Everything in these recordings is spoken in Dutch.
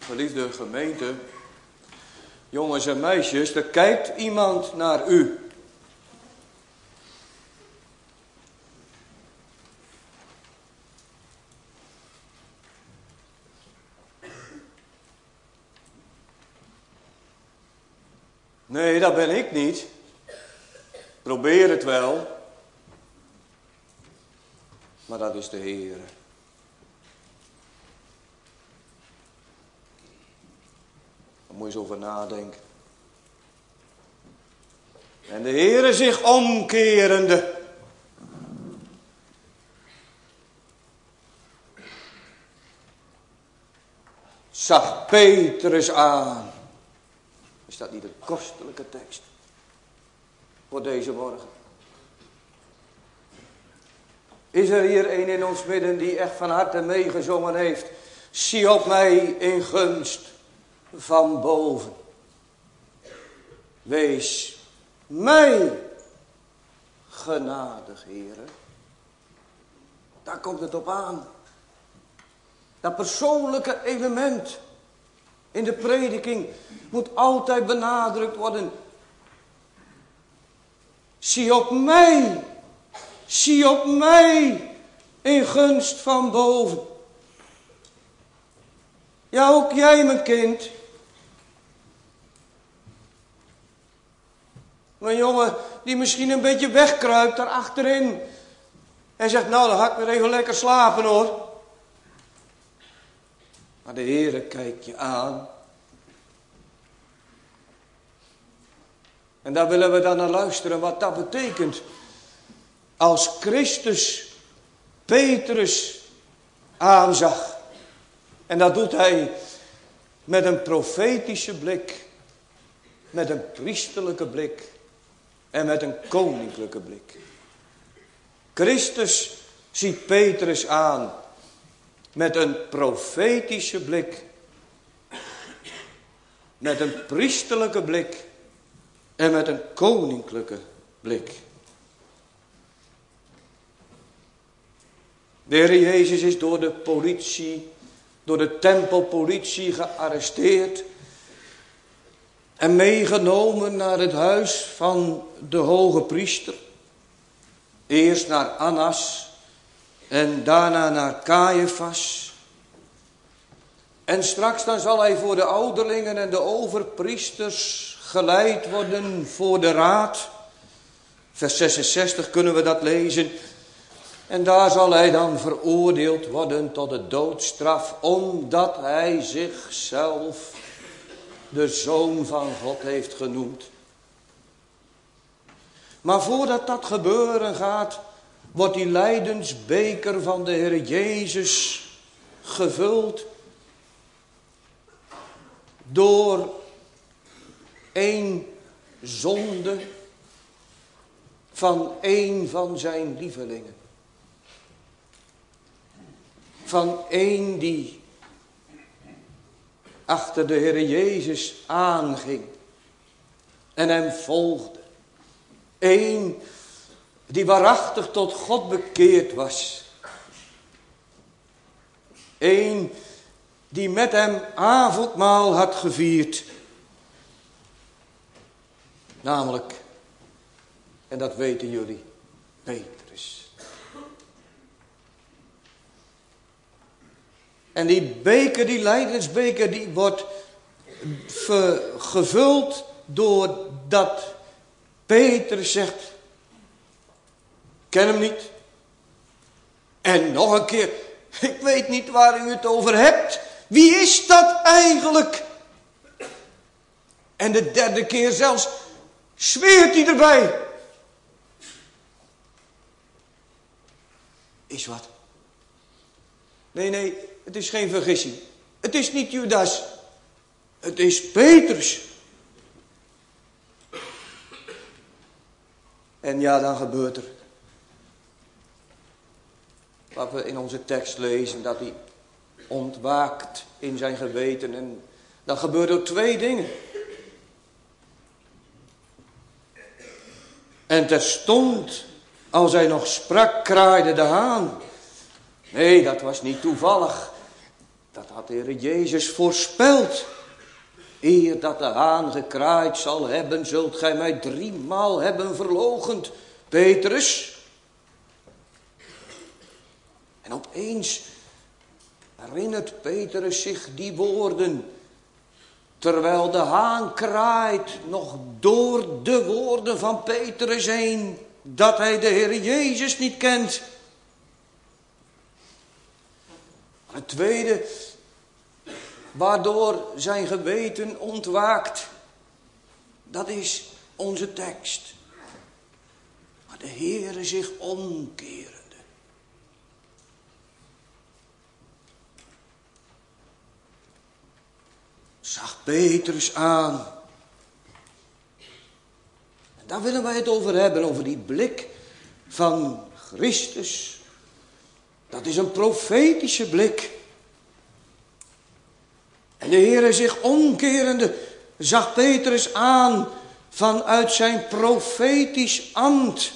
Geliefde gemeente, jongens en meisjes, er kijkt iemand naar u. Nee, dat ben ik niet. Probeer het wel. Maar dat is de Heer. Daar moet je eens over nadenken. En de Heere zich omkerende. Zag Petrus aan. Is dat niet een kostelijke tekst? Voor deze morgen. Is er hier een in ons midden die echt van harte meegezongen heeft. Zie op mij in gunst van boven. Wees mij genadig, Heere. Daar komt het op aan. Dat persoonlijke element in de prediking moet altijd benadrukt worden. Zie op mij in gunst van boven. Ja, ook jij, mijn kind. Mijn jongen die misschien een beetje wegkruipt daar achterin. En zegt, nou dan ga ik weer even lekker slapen hoor. Maar de Heere kijkt je aan. En daar willen we dan naar luisteren wat dat betekent. Als Christus Petrus aanzag. En dat doet hij met een profetische blik. Met een priesterlijke blik. En met een koninklijke blik. Christus ziet Petrus aan. Met een profetische blik. Met een priesterlijke blik. En met een koninklijke blik. De Heer Jezus is door de politie, door de tempelpolitie gearresteerd. En meegenomen naar het huis van de hoge priester. Eerst naar Annas en daarna naar Caiaphas. En straks dan zal hij voor de ouderlingen en de overpriesters geleid worden voor de raad. Vers 66 kunnen we dat lezen. En daar zal hij dan veroordeeld worden tot de doodstraf, omdat hij zichzelf de Zoon van God heeft genoemd. Maar voordat dat gebeuren gaat, wordt die lijdensbeker van de Heer Jezus gevuld door één zonde van één van zijn lievelingen. Van één die achter de Heer Jezus aanging en hem volgde. Eén die waarachtig tot God bekeerd was. Eén die met hem avondmaal had gevierd. Namelijk, en dat weten jullie, Petrus. En die beker, die lijdensbeker, die wordt gevuld doordat Petrus zegt, ken hem niet. En nog een keer, ik weet niet waar u het over hebt. Wie is dat eigenlijk? En de derde keer zelfs zweert hij erbij. Is wat? Nee, het is geen vergissing. Het is niet Judas. Het is Petrus. En ja, dan gebeurt er wat we in onze tekst lezen, dat hij ontwaakt in zijn geweten. En dat gebeurt door twee dingen. En terstond, als hij nog sprak, kraaide de haan. Nee, dat was niet toevallig. Dat had de Heer Jezus voorspeld. Eer dat de haan gekraaid zal hebben, zult gij mij 3 maal hebben verloochend, Petrus. En opeens herinnert Petrus zich die woorden. Terwijl de haan kraait, nog door de woorden van Petrus heen, dat hij de Heer Jezus niet kent. Het tweede, waardoor zijn geweten ontwaakt, dat is onze tekst. Maar de Heere zich omkerende. Zag Petrus aan. En daar willen wij het over hebben, over die blik van Christus. Dat is een profetische blik. En de Heere zich omkerende zag Petrus aan vanuit zijn profetisch ambt.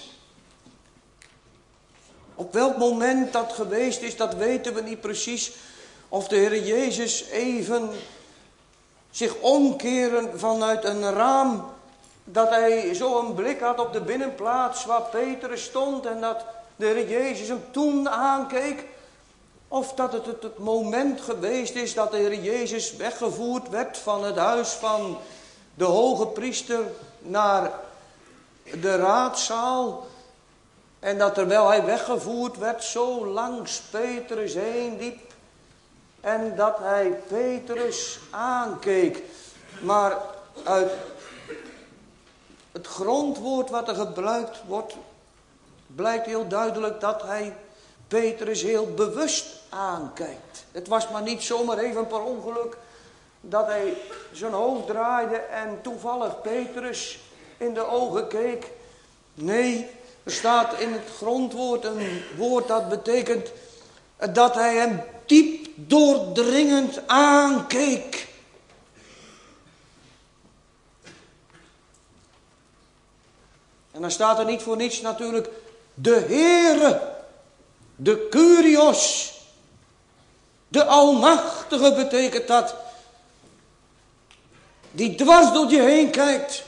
Op welk moment dat geweest is, dat weten we niet precies. Of de Heer Jezus even zich omkeren vanuit een raam, dat hij zo een blik had op de binnenplaats waar Petrus stond en dat de Heer Jezus hem toen aankeek. Of dat het moment geweest is dat de Heer Jezus weggevoerd werd van het huis van de hoge priester naar de raadzaal. En dat terwijl hij weggevoerd werd, zo langs Petrus heen liep. En dat hij Petrus aankeek. Maar uit het grondwoord wat er gebruikt wordt, blijkt heel duidelijk dat hij Petrus heel bewust aankijkt. Het was maar niet zomaar even per ongeluk dat hij zijn hoofd draaide en toevallig Petrus in de ogen keek. Nee, er staat in het grondwoord een woord dat betekent dat hij hem diep doordringend aankeek. En dan staat er niet voor niets natuurlijk de Heere, de Kyrios, de Almachtige betekent dat. Die dwars door je heen kijkt.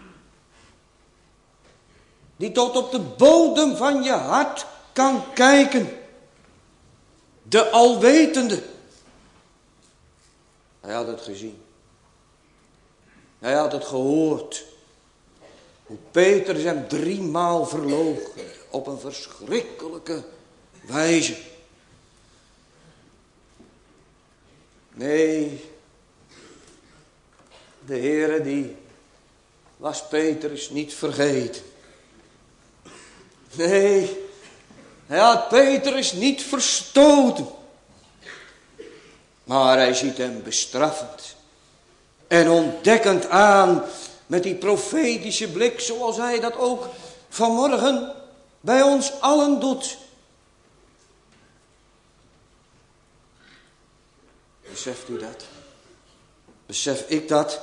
Die tot op de bodem van je hart kan kijken. De Alwetende. Hij had het gezien. Hij had het gehoord. Hoe Petrus hem 3 maal verloochende op een verschrikkelijke wijze. Nee, de Heere die was Petrus niet vergeten. Nee, hij had Petrus niet verstoten. Maar hij ziet hem bestraffend en ontdekkend aan met die profetische blik, zoals hij dat ook vanmorgen bij ons allen doet. Beseft u dat? Besef ik dat?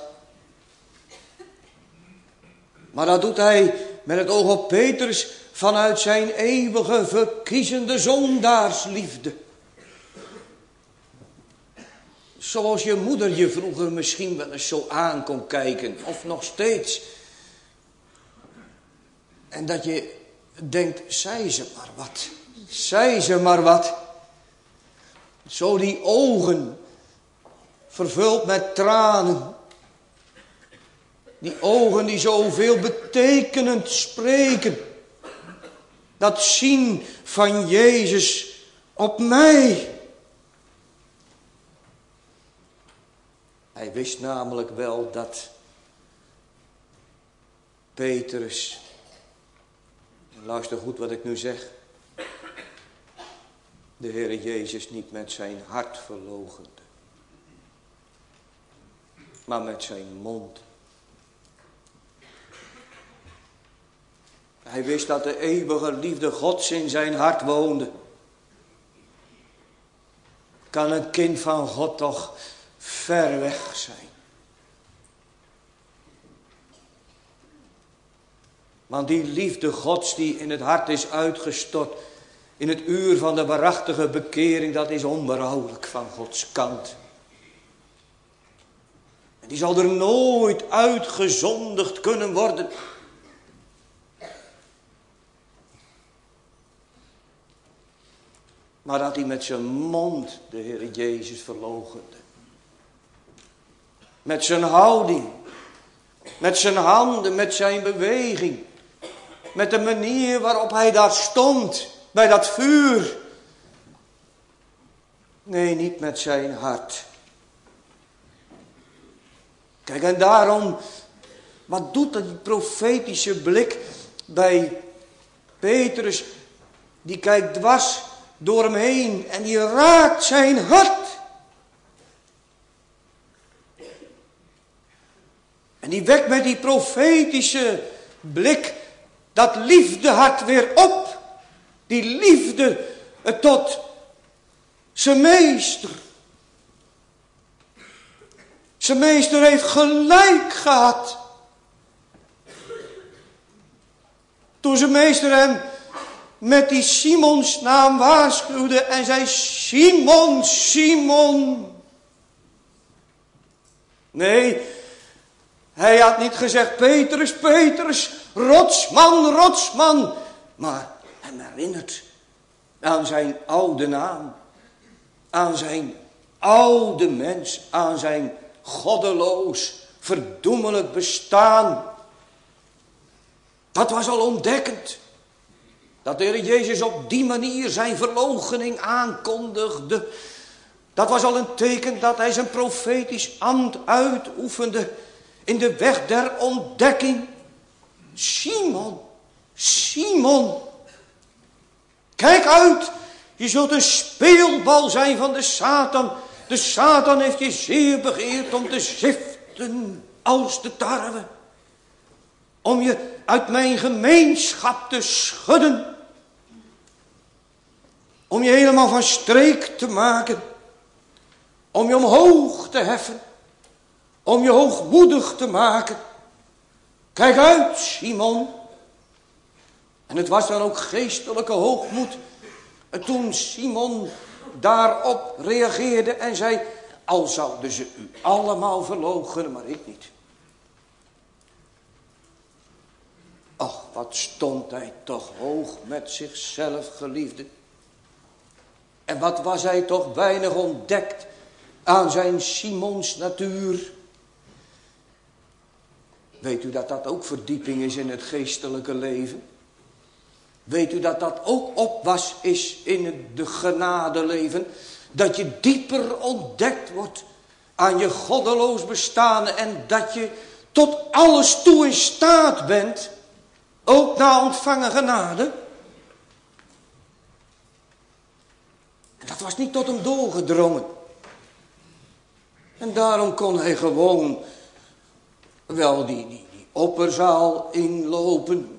Maar dat doet hij met het oog op Petrus vanuit zijn eeuwige verkiezende zondaarsliefde. Zoals je moeder je vroeger misschien wel eens zo aan kon kijken, of nog steeds. En dat je denkt, zei ze maar wat. Zei ze maar wat. Zo die ogen, vervuld met tranen. Die ogen die zoveel betekenend spreken. Dat zien van Jezus op mij. Hij wist namelijk wel dat Petrus, luister goed wat ik nu zeg, de Heere Jezus niet met zijn hart verloochende, maar met zijn mond. Hij wist dat de eeuwige liefde Gods in zijn hart woonde. Kan een kind van God toch ver weg zijn? Want die liefde Gods die in het hart is uitgestort, in het uur van de waarachtige bekering, dat is onberouwelijk van Gods kant. En die zal er nooit uitgezondigd kunnen worden. Maar dat hij met zijn mond de Heer Jezus verloochende. Met zijn houding. Met zijn handen, met zijn beweging. Met de manier waarop hij daar stond. Bij dat vuur. Nee, niet met zijn hart. Kijk, en daarom, wat doet dat die profetische blik bij Petrus? Die kijkt dwars door hem heen en die raakt zijn hart. En die wekt met die profetische blik dat liefdehart weer op. Die liefde tot zijn meester. Zijn meester heeft gelijk gehad. Toen zijn meester hem met die Simons naam waarschuwde en zei: Simon, Simon. Nee, hij had niet gezegd: Petrus, Petrus, rotsman, rotsman. Maar hem herinnert aan zijn oude naam. Aan zijn oude mens. Aan zijn goddeloos, verdoemelijk bestaan. Dat was al ontdekkend. Dat de Heer Jezus op die manier zijn verloochening aankondigde. Dat was al een teken dat hij zijn profetisch ambt uitoefende. In de weg der ontdekking. Simon, Simon. Kijk uit. Je zult een speelbal zijn van de Satan. De Satan heeft je zeer begeerd om te ziften als de tarwe. Om je uit mijn gemeenschap te schudden. Om je helemaal van streek te maken. Om je omhoog te heffen. Om je hoogmoedig te maken. Kijk uit, Simon. En het was dan ook geestelijke hoogmoed. En toen Simon daarop reageerde en zei: al zouden ze u allemaal verloochenen, maar ik niet. Och, wat stond hij toch hoog met zichzelf, geliefde. En wat was hij toch weinig ontdekt aan zijn Simons natuur. Weet u dat dat ook verdieping is in het geestelijke leven? Weet u dat dat ook opwas is in het genadeleven? Dat je dieper ontdekt wordt aan je goddeloos bestaan. En dat je tot alles toe in staat bent. Ook na ontvangen genade. En dat was niet tot hem doorgedrongen. En daarom kon hij gewoon wel die opperzaal inlopen.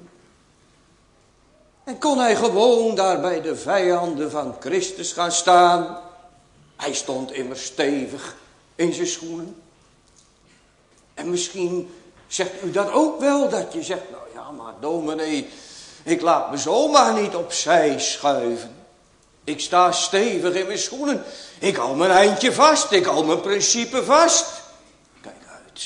En kon hij gewoon daar bij de vijanden van Christus gaan staan. Hij stond immers stevig in zijn schoenen. En misschien zegt u dat ook wel, dat je zegt: nou ja, maar dominee, ik laat me zomaar niet opzij schuiven. Ik sta stevig in mijn schoenen. Ik hou mijn eindje vast, ik hou mijn principe vast. Kijk uit.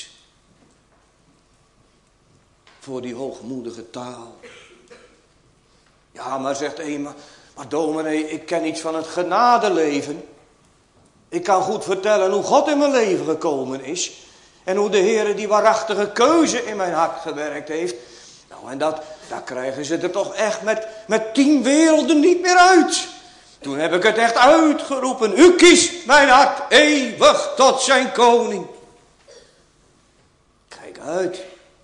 Voor die hoogmoedige taal. Ja, maar zegt een, maar dominee, ik ken iets van het genadeleven. Ik kan goed vertellen hoe God in mijn leven gekomen is. En hoe de Heer die waarachtige keuze in mijn hart gewerkt heeft. Nou, en daar krijgen ze er toch echt met 10 werelden niet meer uit. Toen heb ik het echt uitgeroepen. U kiest mijn hart eeuwig tot zijn koning. Kijk uit.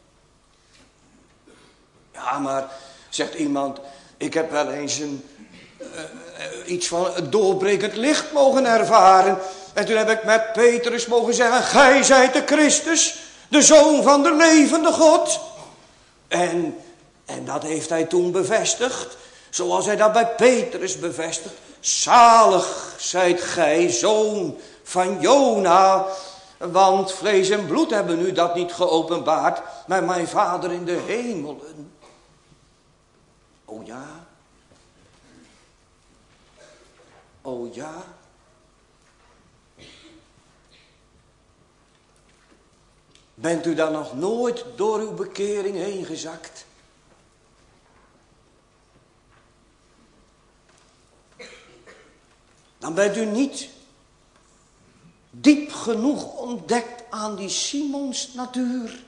Ja, maar, zegt iemand, ik heb wel eens iets van het doorbrekend licht mogen ervaren. En toen heb ik met Petrus mogen zeggen: gij zijt de Christus, de Zoon van de levende God. En dat heeft hij toen bevestigd, zoals hij dat bij Petrus bevestigt. Zalig zijt gij, zoon van Jona, want vlees en bloed hebben u dat niet geopenbaard, maar mijn Vader in de hemelen. Oh ja. Oh ja? Bent u dan nog nooit door uw bekering heen gezakt? Dan bent u niet diep genoeg ontdekt aan die Simons natuur.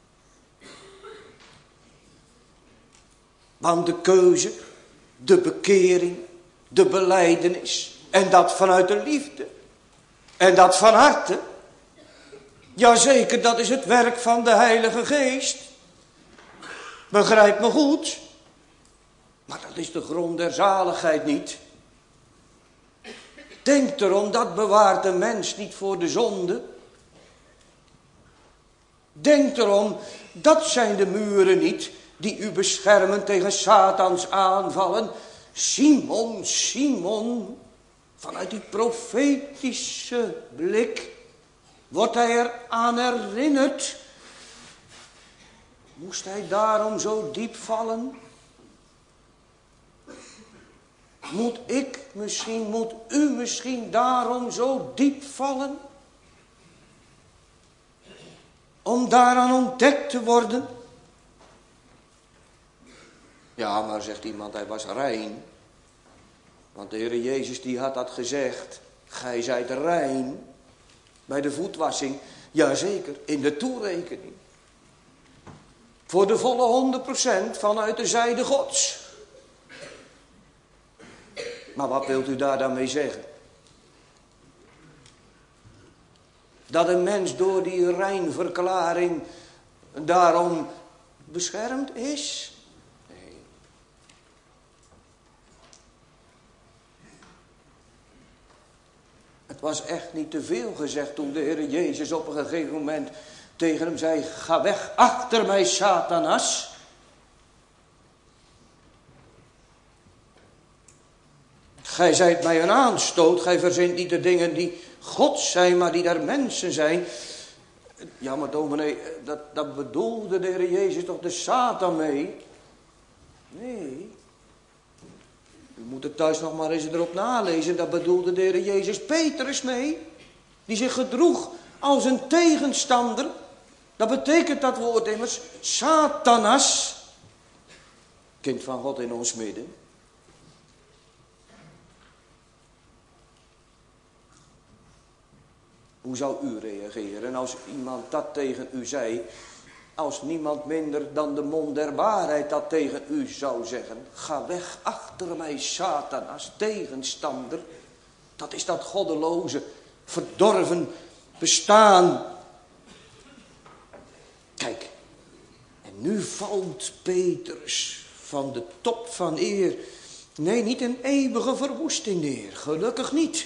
Want de keuze, de bekering, de belijdenis en dat vanuit de liefde en dat van harte. Jazeker, dat is het werk van de Heilige Geest. Begrijp me goed. Maar dat is de grond der zaligheid niet. Denk erom, dat bewaart de mens niet voor de zonde. Denk erom, dat zijn de muren niet die u beschermen tegen Satans aanvallen. Simon, Simon, vanuit die profetische blik wordt hij eraan herinnerd. Moest hij daarom zo diep vallen? Moet u misschien daarom zo diep vallen? Om daaraan ontdekt te worden? Ja, maar zegt iemand, hij was rein. Want de Heer Jezus die had dat gezegd. Gij zijt rein. Bij de voetwassing. Jazeker, in de toerekening. Voor de volle 100% vanuit de zijde Gods. Maar wat wilt u daar dan mee zeggen? Dat een mens door die reinverklaring daarom beschermd is? Nee. Het was echt niet te veel gezegd toen de Heer Jezus op een gegeven moment tegen hem zei: ga weg achter mij, Satanas. Gij zijt mij een aanstoot, gij verzint niet de dingen die God zijn, maar die der mensen zijn. Ja, maar dominee, dat bedoelde de Heer Jezus toch de Satan mee? Nee. U moet het thuis nog maar eens erop nalezen. Dat bedoelde de Heer Jezus Petrus mee. Die zich gedroeg als een tegenstander. Dat betekent dat woord immers Satanas. Kind van God in ons midden. Hoe zou u reageren als iemand dat tegen u zei? Als niemand minder dan de mond der waarheid dat tegen u zou zeggen. Ga weg achter mij, Satanas, tegenstander. Dat is dat goddeloze, verdorven bestaan. Kijk, en nu valt Petrus van de top van eer. Nee, niet een eeuwige verwoesting neer, gelukkig niet.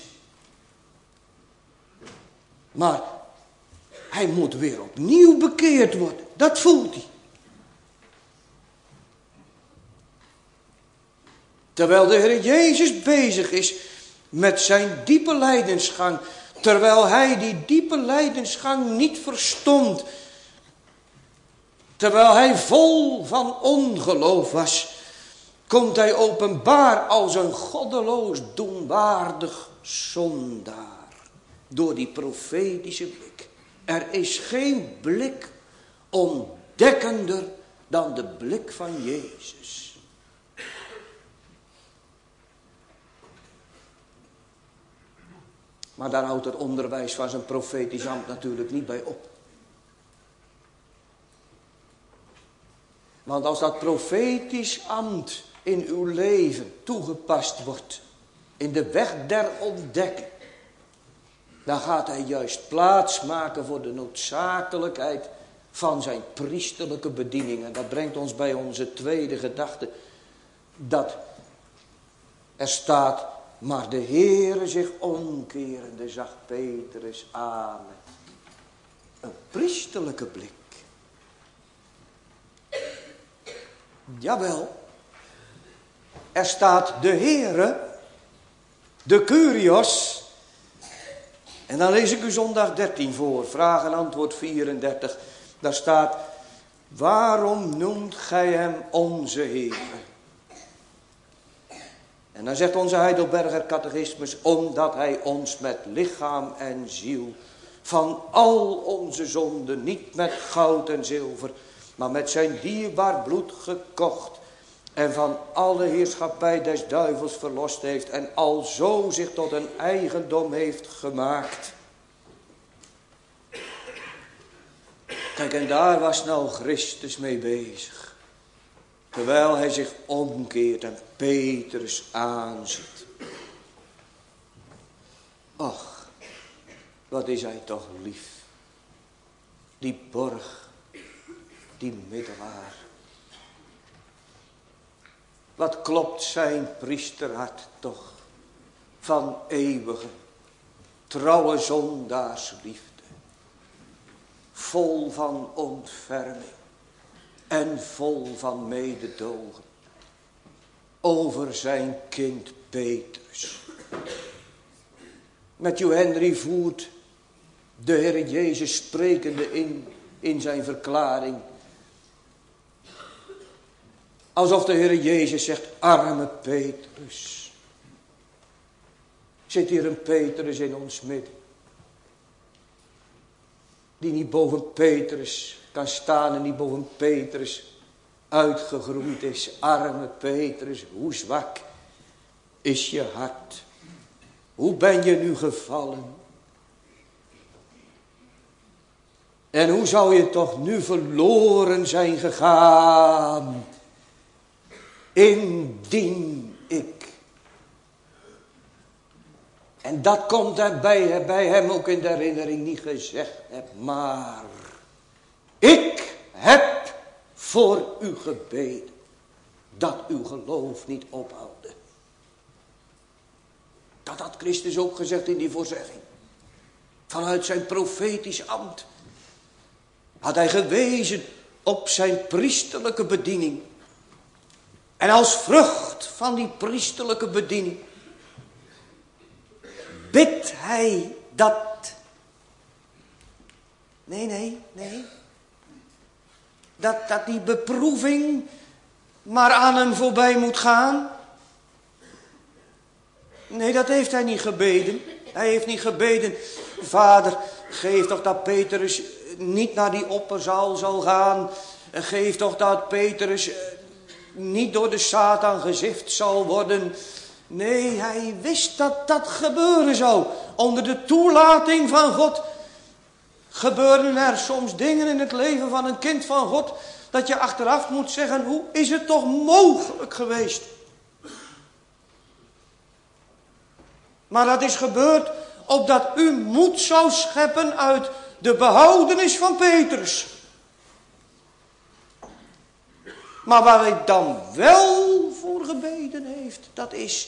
Maar hij moet weer opnieuw bekeerd worden. Dat voelt hij. Terwijl de Heer Jezus bezig is met zijn diepe lijdensgang. Terwijl hij die diepe lijdensgang niet verstond. Terwijl hij vol van ongeloof was. Komt hij openbaar als een goddeloos doenwaardig zondaar. Door die profetische blik. Er is geen blik ontdekkender dan de blik van Jezus. Maar daar houdt het onderwijs van zijn profetisch ambt natuurlijk niet bij op. Want als dat profetisch ambt in uw leven toegepast wordt, in de weg der ontdekking, dan gaat hij juist plaats maken voor de noodzakelijkheid van zijn priesterlijke bediening. En dat brengt ons bij onze tweede gedachte. Dat er staat, maar de Heere zich omkerende zag Petrus aan. Een priesterlijke blik. Jawel. Er staat de Heere, de Kyrios. En dan lees ik u zondag 13 voor, vraag en antwoord 34. Daar staat, waarom noemt gij hem onze Heer? En dan zegt onze Heidelberger catechismus, omdat hij ons met lichaam en ziel van al onze zonden, niet met goud en zilver, maar met zijn dierbaar bloed gekocht en van alle heerschappij des duivels verlost heeft en alzo zich tot een eigendom heeft gemaakt. Kijk, en daar was nou Christus mee bezig. Terwijl hij zich omkeert en Petrus aanziet. Och, wat is hij toch lief. Die borg, die middelaar. Wat klopt zijn priesterhart toch van eeuwige, trouwe zondaarsliefde. Vol van ontferming en vol van mededogen over zijn kind Petrus. Matthew Henry voert de Heer Jezus sprekende in zijn verklaring. Alsof de Heer Jezus zegt, arme Petrus. Zit hier een Petrus in ons midden. Die niet boven Petrus kan staan en die boven Petrus uitgegroeid is. Arme Petrus, hoe zwak is je hart. Hoe ben je nu gevallen? En hoe zou je toch nu verloren zijn gegaan, indien ik. En dat komt er bij hem ook in de herinnering niet gezegd heb, maar ik heb voor u gebeden, dat uw geloof niet ophoude. Dat had Christus ook gezegd in die voorzegging. Vanuit zijn profetisch ambt had hij gewezen op zijn priesterlijke bediening. En als vrucht van die priesterlijke bediening bidt hij dat. Nee. Dat die beproeving maar aan hem voorbij moet gaan. Nee, dat heeft hij niet gebeden. Hij heeft niet gebeden, Vader, geef toch dat Petrus niet naar die opperzaal zal gaan. Geef toch dat Petrus niet door de Satan gezift zal worden. Nee, hij wist dat dat gebeuren zou. Onder de toelating van God gebeuren er soms dingen in het leven van een kind van God, dat je achteraf moet zeggen, hoe is het toch mogelijk geweest? Maar dat is gebeurd opdat u moed zou scheppen uit de behoudenis van Petrus. Maar waar hij dan wel voor gebeden heeft, dat is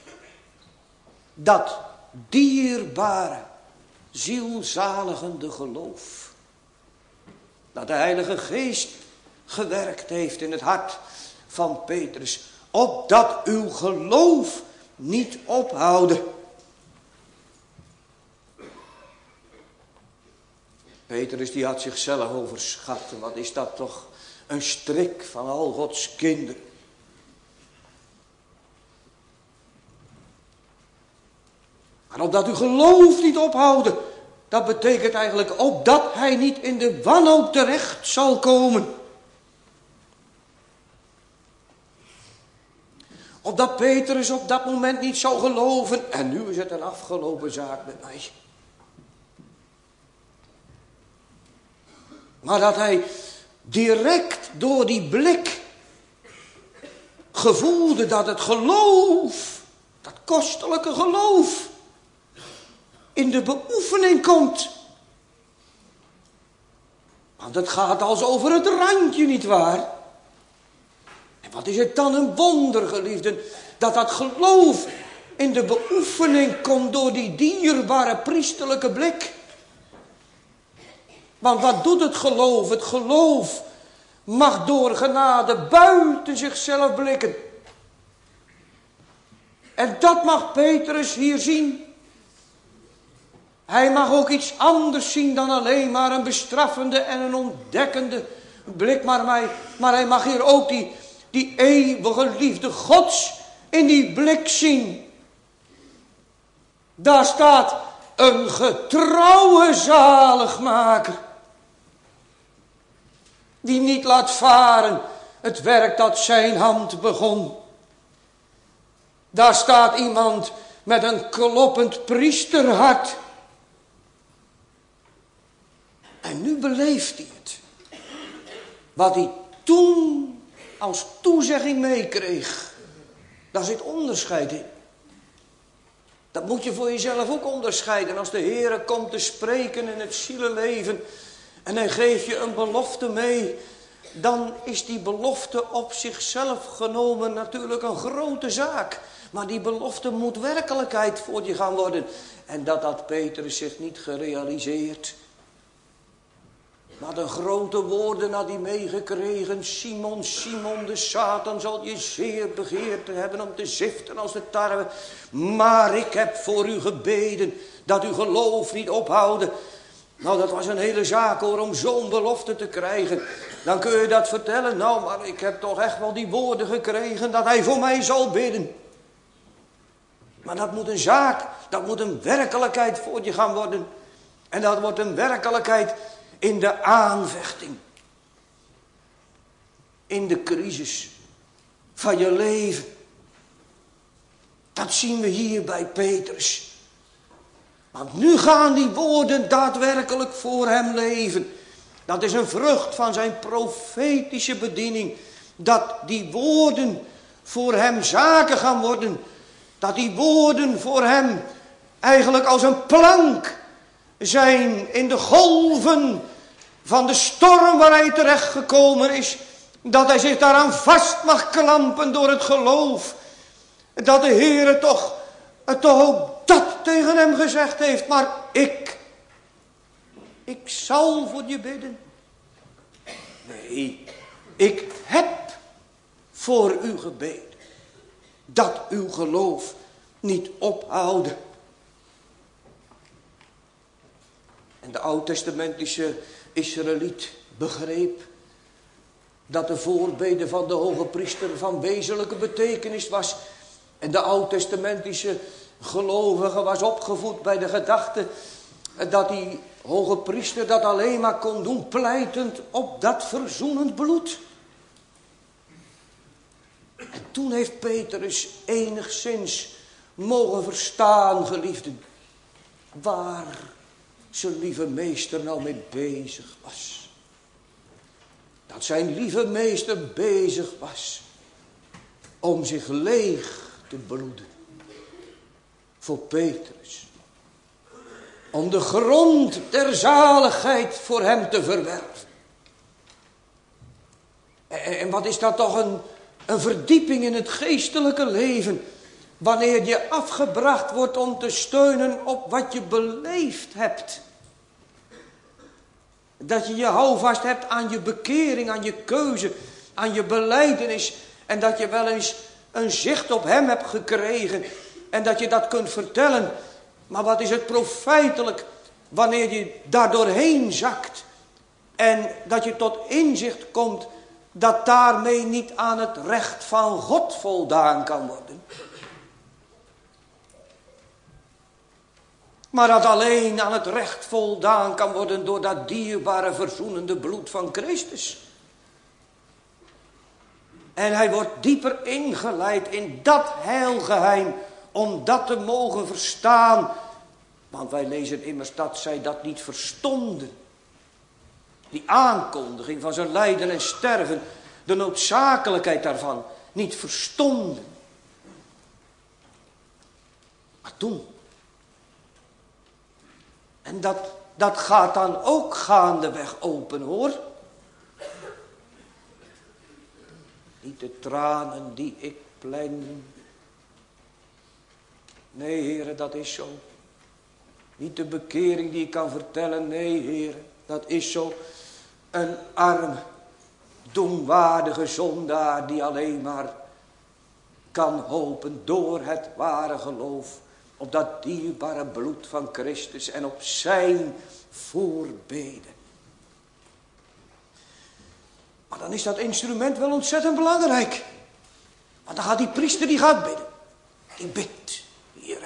dat dierbare, zielzaligende geloof. Dat de Heilige Geest gewerkt heeft in het hart van Petrus, opdat uw geloof niet ophouden. Petrus die had zichzelf overschat. Wat is dat toch een strik van al Gods kinderen. Maar opdat uw geloof niet ophouden, dat betekent eigenlijk opdat hij niet in de wanhoop terecht zal komen. Opdat Petrus op dat moment niet zou geloven. En nu is het een afgelopen zaak met mij. Maar dat hij direct door die blik gevoelde dat het geloof, dat kostelijke geloof, in de beoefening komt. Want het gaat als over het randje, nietwaar? En wat is het dan een wonder, geliefden, dat dat geloof in de beoefening komt door die dierbare priesterlijke blik. Want wat doet het geloof? Het geloof mag door genade buiten zichzelf blikken. En dat mag Petrus hier zien. Hij mag ook iets anders zien dan alleen maar een bestraffende en een ontdekkende blik. Maar hij mag hier ook die eeuwige liefde Gods, in die blik zien. Daar staat een getrouwe zaligmaker. Die niet laat varen het werk dat zijn hand begon. Daar staat iemand met een kloppend priesterhart. En nu beleeft hij het. Wat hij toen als toezegging meekreeg. Daar zit onderscheid in. Dat moet je voor jezelf ook onderscheiden. Als de Heere komt te spreken in het zielenleven en hij geeft je een belofte mee, dan is die belofte op zichzelf genomen natuurlijk een grote zaak. Maar die belofte moet werkelijkheid voor je gaan worden. En dat had Petrus zich niet gerealiseerd. Maar de grote woorden had hij meegekregen. Simon, Simon, de Satan zal je zeer begeerte hebben om te ziften als de tarwe. Maar ik heb voor u gebeden dat uw geloof niet ophouden. Nou, dat was een hele zaak hoor, om zo'n belofte te krijgen. Dan kun je dat vertellen. Nou, maar ik heb toch echt wel die woorden gekregen dat hij voor mij zal bidden. Maar dat moet een zaak, dat moet een werkelijkheid voor je gaan worden. En dat wordt een werkelijkheid in de aanvechting. In de crisis van je leven. Dat zien we hier bij Petrus. Want nu gaan die woorden daadwerkelijk voor hem leven. Dat is een vrucht van zijn profetische bediening. Dat die woorden voor hem zaken gaan worden. Dat die woorden voor hem eigenlijk als een plank zijn in de golven van de storm waar hij terecht gekomen is. Dat hij zich daaraan vast mag klampen door het geloof. Dat de Heere toch ook dat tegen hem gezegd heeft. Maar ik zal voor je bidden. Nee, ik heb voor u gebeden. Dat uw geloof niet ophouden. En de oud-testamentische Israëliet begreep dat de voorbede van de hoge priester van wezenlijke betekenis was. En de oud-testamentische gelovige was opgevoed bij de gedachte dat die hoge priester dat alleen maar kon doen pleitend op dat verzoenend bloed. En toen heeft Petrus enigszins mogen verstaan, geliefden, waar zijn lieve meester nou mee bezig was. Dat zijn lieve meester bezig was om zich leeg te bloeden. Voor Petrus. Om de grond der zaligheid voor hem te verwerven. En wat is dat toch een verdieping in het geestelijke leven. Wanneer je afgebracht wordt om te steunen op wat je beleefd hebt. Dat je houvast hebt aan je bekering, aan je keuze, aan je belijdenis. En dat je wel eens een zicht op hem hebt gekregen. En dat je dat kunt vertellen. Maar wat is het profijtelijk wanneer je daar doorheen zakt. En dat je tot inzicht komt dat daarmee niet aan het recht van God voldaan kan worden. Maar dat alleen aan het recht voldaan kan worden door dat dierbare verzoenende bloed van Christus. En hij wordt dieper ingeleid in dat heilgeheim om dat te mogen verstaan. Want wij lezen immers dat zij dat niet verstonden. Die aankondiging van zijn lijden en sterven, de noodzakelijkheid daarvan, niet verstonden. Maar toen. En dat gaat dan ook gaandeweg open hoor. Niet de tranen die ik plen. Nee, heren, dat is zo. Niet de bekering die ik kan vertellen. Nee, heren, dat is zo. Een arm, doemwaardige zondaar die alleen maar kan hopen door het ware geloof op dat dierbare bloed van Christus en op zijn voorbeden. Maar dan is dat instrument wel ontzettend belangrijk. Want dan gaat die priester, die gaat bidden. Die bidt, Heere.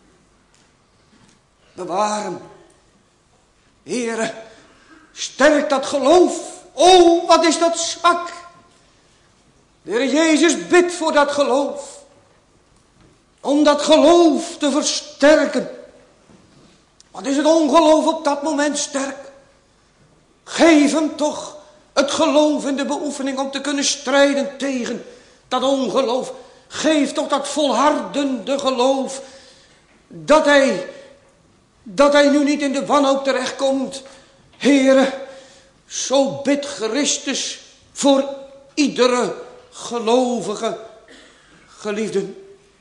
Bewaar hem. Heere, sterk dat geloof. Oh, wat is dat zwak. De Heer Jezus bidt voor dat geloof. Om dat geloof te versterken. Wat is het ongeloof op dat moment sterk? Geef hem toch het geloof in de beoefening om te kunnen strijden tegen dat ongeloof. Geef toch dat volhardende geloof. Dat hij nu niet in de wanhoop terechtkomt. Heere, zo bidt Christus voor iedere gelovige geliefden.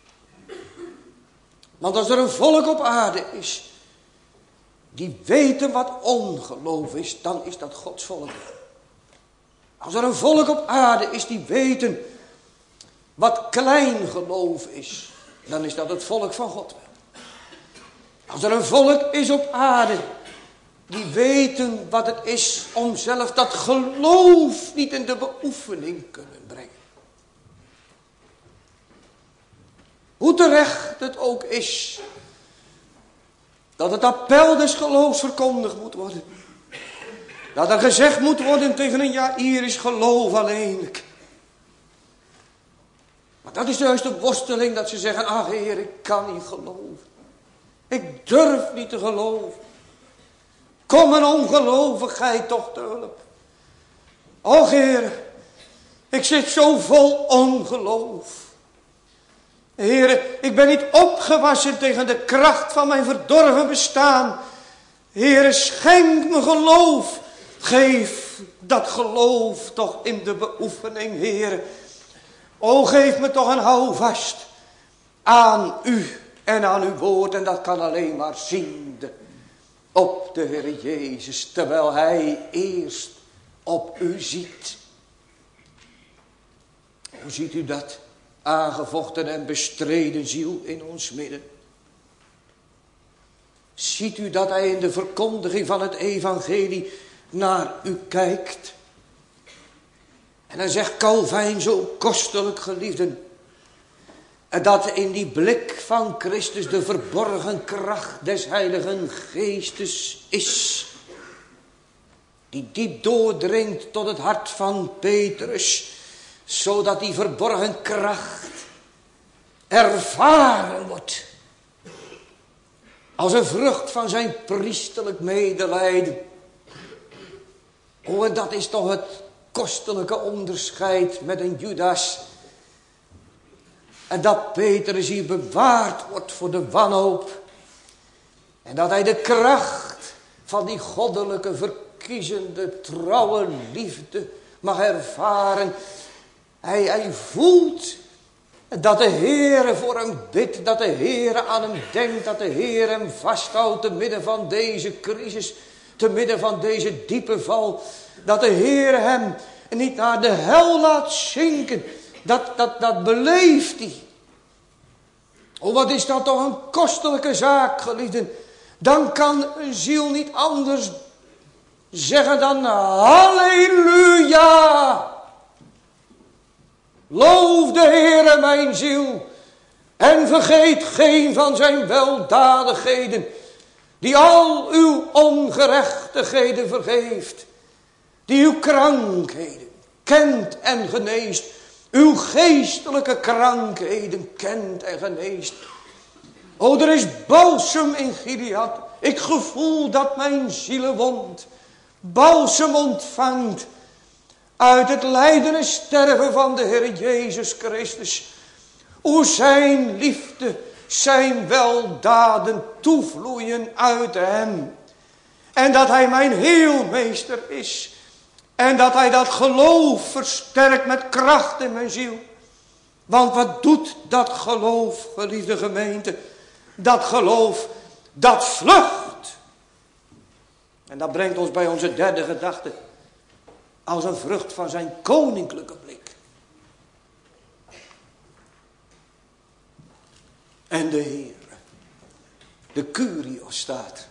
Want als er een volk op aarde is die weten wat ongeloof is, dan is dat Gods volk. Als er een volk op aarde is die weten wat klein geloof is, dan is dat het volk van God. Als er een volk is op aarde die weten wat het is om zelf dat geloof niet in de beoefening kunnen brengen. Hoe terecht het ook is dat het appel des geloofs verkondigd moet worden. Dat er gezegd moet worden tegen een Jaïr is geloof alleenlijk. Maar dat is juist de worsteling dat ze zeggen, ach Heer, ik kan niet geloven. Ik durf niet te geloven. Kom een ongelovigheid toch te hulp. Och Heer, ik zit zo vol ongeloof. Heer, ik ben niet opgewassen tegen de kracht van mijn verdorven bestaan. Heer, schenk me geloof. Geef dat geloof toch in de beoefening, Heer. O, geef me toch een houvast aan u en aan uw woord. En dat kan alleen maar ziende op de Heer Jezus, terwijl hij eerst op u ziet. Hoe ziet u dat? Aangevochten en bestreden ziel in ons midden. Ziet u dat hij in de verkondiging van het evangelie naar u kijkt? En dan zegt Calvijn zo kostelijk, geliefden, dat in die blik van Christus de verborgen kracht des Heiligen Geestes is. Die diep doordringt tot het hart van Petrus, zodat die verborgen kracht ervaren wordt. Als een vrucht van zijn priesterlijk medelijden. Oh, en dat is toch het kostelijke onderscheid met een Judas. En dat Petrus hier bewaard wordt voor de wanhoop. En dat hij de kracht van die goddelijke, verkiezende, trouwe liefde mag ervaren. Hij voelt dat de Heere voor hem bidt, dat de Heere aan hem denkt, dat de Heere hem vasthoudt te midden van deze crisis, te midden van deze diepe val. Dat de Heere hem niet naar de hel laat zinken. Dat beleeft hij. Oh, wat is dat toch een kostelijke zaak, geliefden. Dan kan een ziel niet anders zeggen dan halleluja. Loof de Heere mijn ziel en vergeet geen van zijn weldadigheden, die al uw ongerechtigheden vergeeft, die uw krankheden kent en geneest, uw geestelijke krankheden kent en geneest. O, er is balsem in Gilead. Ik gevoel dat mijn zielenwond balsem ontvangt uit het lijden en sterven van de Heer Jezus Christus. Hoe zijn liefde, zijn weldaden toevloeien uit hem. En dat hij mijn heelmeester is. En dat hij dat geloof versterkt met kracht in mijn ziel. Want wat doet dat geloof, geliefde gemeente? Dat geloof, dat vlucht. En dat brengt ons bij onze derde gedachte. Als een vrucht van zijn koninklijke blik. En de Heer, de Kyrios staat.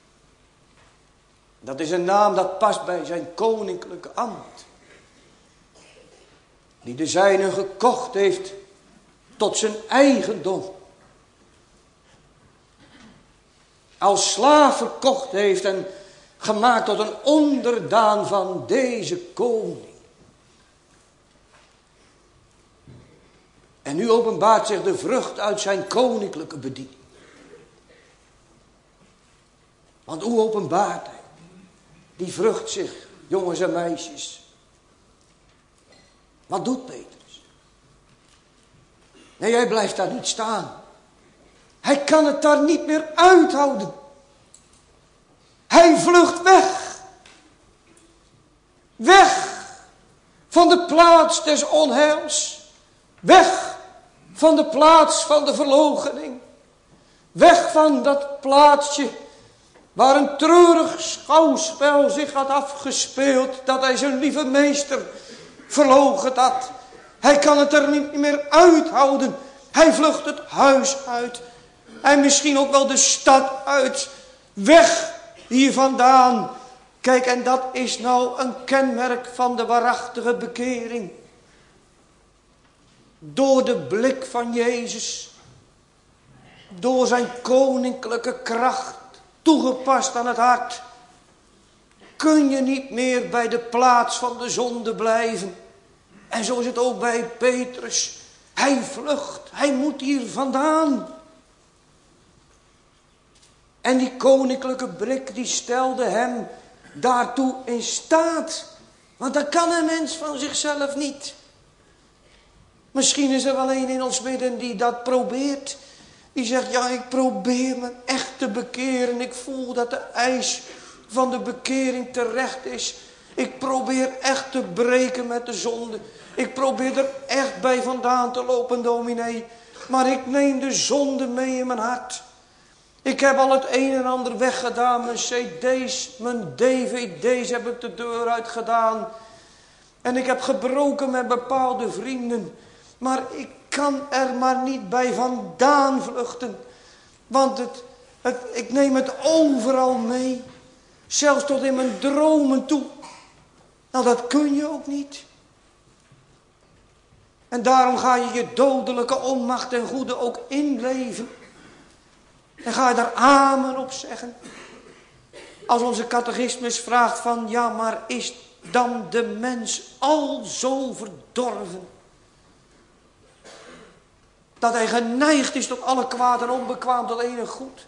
Dat is een naam dat past bij zijn koninklijke ambt. Die de zijnen gekocht heeft tot zijn eigendom. Als slaaf verkocht heeft en gemaakt tot een onderdaan van deze koning. En nu openbaart zich de vrucht uit zijn koninklijke bediening. Want hoe openbaart hij die vrucht zich, jongens en meisjes? Wat doet Petrus? Nee, hij blijft daar niet staan. Hij kan het daar niet meer uithouden. Hij vlucht weg. Weg van de plaats des onheils. Weg van de plaats van de verloochening. Weg van dat plaatsje waar een treurig schouwspel zich had afgespeeld. Dat hij zijn lieve meester verloochend had. Hij kan het er niet meer uithouden. Hij vlucht het huis uit. En misschien ook wel de stad uit. Weg hier vandaan. Kijk, en dat is nou een kenmerk van de waarachtige bekering. Door de blik van Jezus. Door zijn koninklijke kracht. Toegepast aan het hart. Kun je niet meer bij de plaats van de zonde blijven. En zo is het ook bij Petrus. Hij vlucht. Hij moet hier vandaan. En die koninklijke blik die stelde hem daartoe in staat. Want dat kan een mens van zichzelf niet. Misschien is er wel een in ons midden die dat probeert. Die zegt, ja, ik probeer me echt te bekeren. Ik voel dat de eis van de bekering terecht is. Ik probeer echt te breken met de zonde. Ik probeer er echt bij vandaan te lopen, dominee. Maar ik neem de zonde mee in mijn hart. Ik heb al het een en ander weggedaan. Mijn cd's, mijn dvd's heb ik de deur uitgedaan. En ik heb gebroken met bepaalde vrienden. Maar ik kan er maar niet bij vandaan vluchten. Want ik neem het overal mee. Zelfs tot in mijn dromen toe. Nou, dat kun je ook niet. En daarom ga je je dodelijke onmacht ten goede ook inleven. En ga je daar amen op zeggen. Als onze catechismus vraagt van, ja, maar is dan de mens al zo verdorven? Dat hij geneigd is tot alle kwaad en onbekwaam tot enig goed.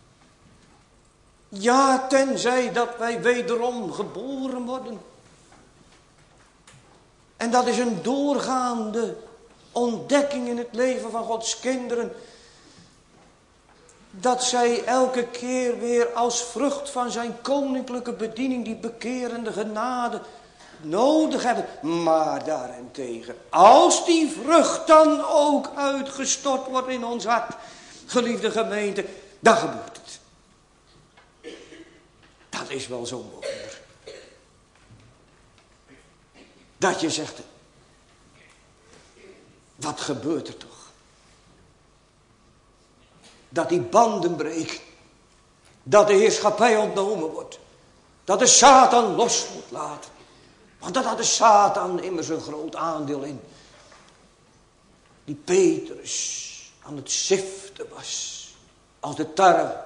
Ja, tenzij dat wij wederom geboren worden. En dat is een doorgaande ontdekking in het leven van Gods kinderen. Dat zij elke keer weer als vrucht van zijn koninklijke bediening die bekerende genade nodig hebben. Maar daarentegen, als die vrucht dan ook uitgestort wordt in ons hart, geliefde gemeente, dan gebeurt het. Dat is wel zo'n wonder. Dat je zegt, wat gebeurt er toch? Dat die banden breken. Dat de heerschappij ontnomen wordt. Dat de Satan los moet laten. Want dat had de Satan immers een groot aandeel in. Die Petrus aan het ziften was. Als de tarwe.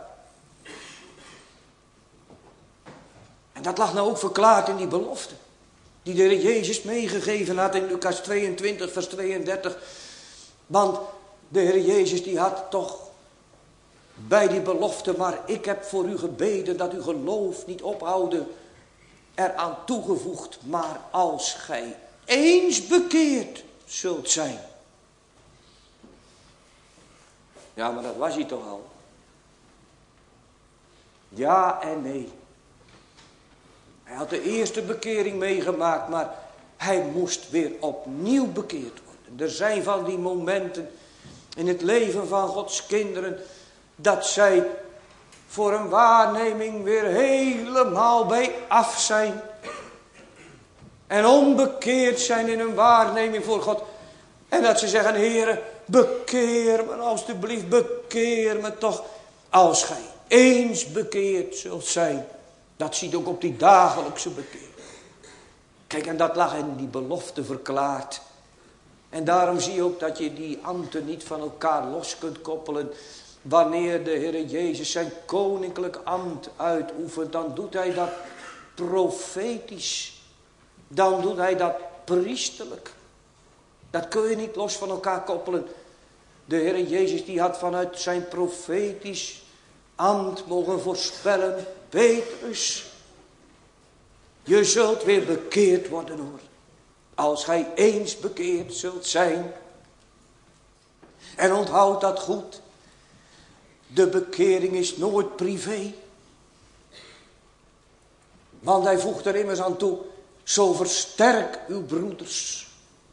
En dat lag nou ook verklaard in die belofte. Die de Heer Jezus meegegeven had in Lucas 22 vers 32. Want de Heer Jezus die had toch bij die belofte, maar ik heb voor u gebeden dat uw geloof niet ophouden, eraan toegevoegd, maar als gij eens bekeerd zult zijn. Ja, maar dat was hij toch al? Ja en nee. Hij had de eerste bekering meegemaakt, maar hij moest weer opnieuw bekeerd worden. Er zijn van die momenten in het leven van Gods kinderen dat zij voor een waarneming weer helemaal bij af zijn. En onbekeerd zijn in een waarneming voor God. En dat ze zeggen, Heere, bekeer me alstublieft, bekeer me toch. Als gij eens bekeerd zult zijn. Dat ziet ook op die dagelijkse bekering. Kijk, en dat lag in die belofte verklaard. En daarom zie je ook dat je die ambten niet van elkaar los kunt koppelen. Wanneer de Heer Jezus zijn koninklijk ambt uitoefent, dan doet hij dat profetisch. Dan doet hij dat priesterlijk. Dat kun je niet los van elkaar koppelen. De Heer Jezus die had vanuit zijn profetisch ambt mogen voorspellen. Petrus, je zult weer bekeerd worden hoor. Als gij eens bekeerd zult zijn. En onthoud dat goed. De bekering is nooit privé. Want hij voegt er immers aan toe. Zo versterk uw broeders.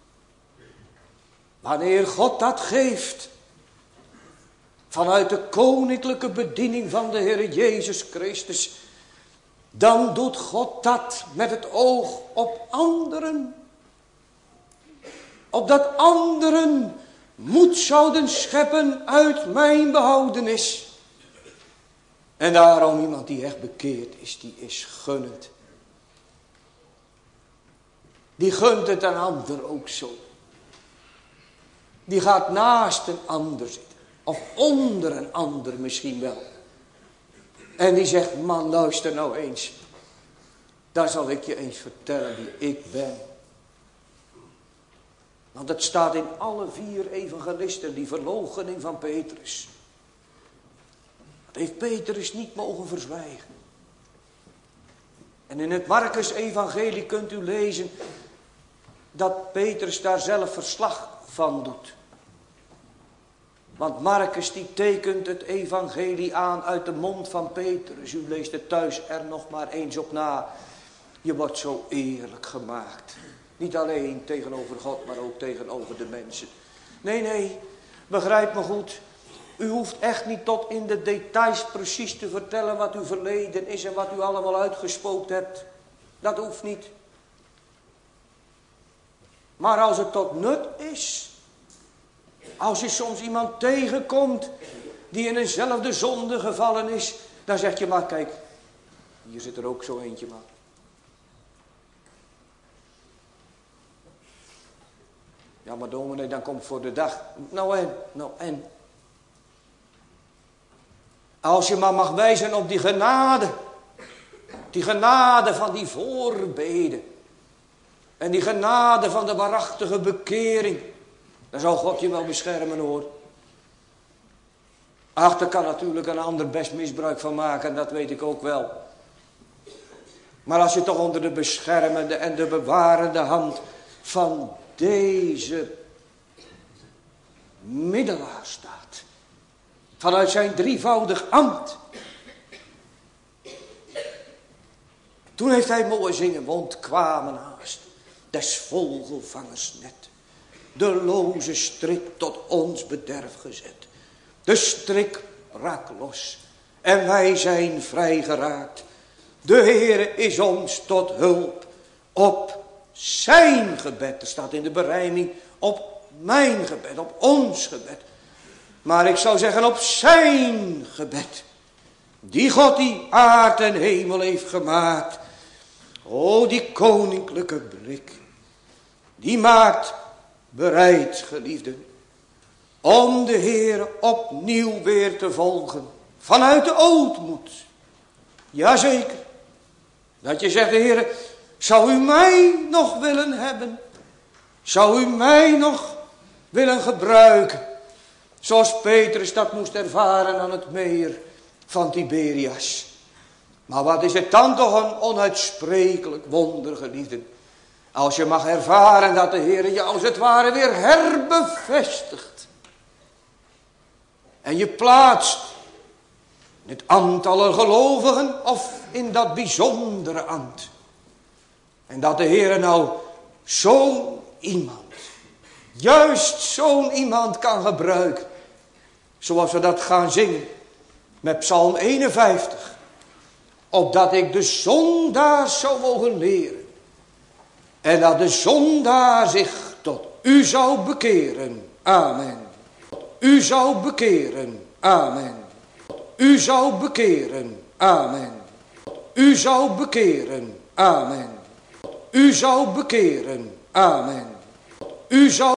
Wanneer God dat geeft. Vanuit de koninklijke bediening van de Heer Jezus Christus. Dan doet God dat met het oog op anderen. Opdat anderen moed zouden scheppen uit mijn behoudenis. En daarom iemand die echt bekeerd is, die is gunnend. Die gunt het een ander ook zo. Die gaat naast een ander zitten. Of onder een ander misschien wel. En die zegt, man luister nou eens. Daar zal ik je eens vertellen wie ik ben. Want het staat in alle 4 evangelisten, die verloochening van Petrus. Dat heeft Petrus niet mogen verzwijgen. En in het Markus-evangelie kunt u lezen dat Petrus daar zelf verslag van doet. Want Markus die tekent het evangelie aan uit de mond van Petrus. U leest het thuis er nog maar eens op na. Je wordt zo eerlijk gemaakt. Niet alleen tegenover God, maar ook tegenover de mensen. Nee, begrijp me goed. U hoeft echt niet tot in de details precies te vertellen wat uw verleden is en wat u allemaal uitgespookt hebt. Dat hoeft niet. Maar als het tot nut is. Als je soms iemand tegenkomt die in eenzelfde zonde gevallen is. Dan zeg je maar kijk, hier zit er ook zo eentje maar. Ja maar dominee, dan komt voor de dag. Nou en. Als je maar mag wijzen op die genade. Die genade van die voorbeden. En die genade van de waarachtige bekering. Dan zal God je wel beschermen hoor. Ach, daar kan natuurlijk een ander best misbruik van maken. Dat weet ik ook wel. Maar als je toch onder de beschermende en de bewarende hand van deze middelaar staat. Vanuit zijn drievoudig ambt. Toen heeft hij mooi zingen. Want kwamen haast des vogelvangers net. De loze strik tot ons bederf gezet. De strik raakt los. En wij zijn vrijgeraakt. De Heere is ons tot hulp. Op zijn gebed. Er staat in de berijming. Op mijn gebed. Op ons gebed. Maar ik zou zeggen op zijn gebed. Die God die aard en hemel heeft gemaakt. O die koninklijke blik. Die maakt bereid geliefden. Om de Heere opnieuw weer te volgen. Vanuit de ootmoed. Jazeker. Dat je zegt de Heere. Zou u mij nog willen hebben? Zou u mij nog willen gebruiken? Zoals Petrus dat moest ervaren aan het meer van Tiberias. Maar wat is het dan toch een onuitsprekelijk wonder, geliefden. Als je mag ervaren dat de Heer je als het ware weer herbevestigt. En je plaatst in het ambt aller gelovigen of in dat bijzondere ambt. En dat de Heer nou zo'n iemand, juist zo'n iemand kan gebruiken. Zoals we dat gaan zingen met Psalm 51. Opdat ik de zondaar zou mogen leren. En dat de zondaar zich tot u zou bekeren. Amen. Tot u zou bekeren. Amen. Tot u zou bekeren. Amen. Tot u zou bekeren. Amen. Tot u zou bekeren. Amen. Tot u zou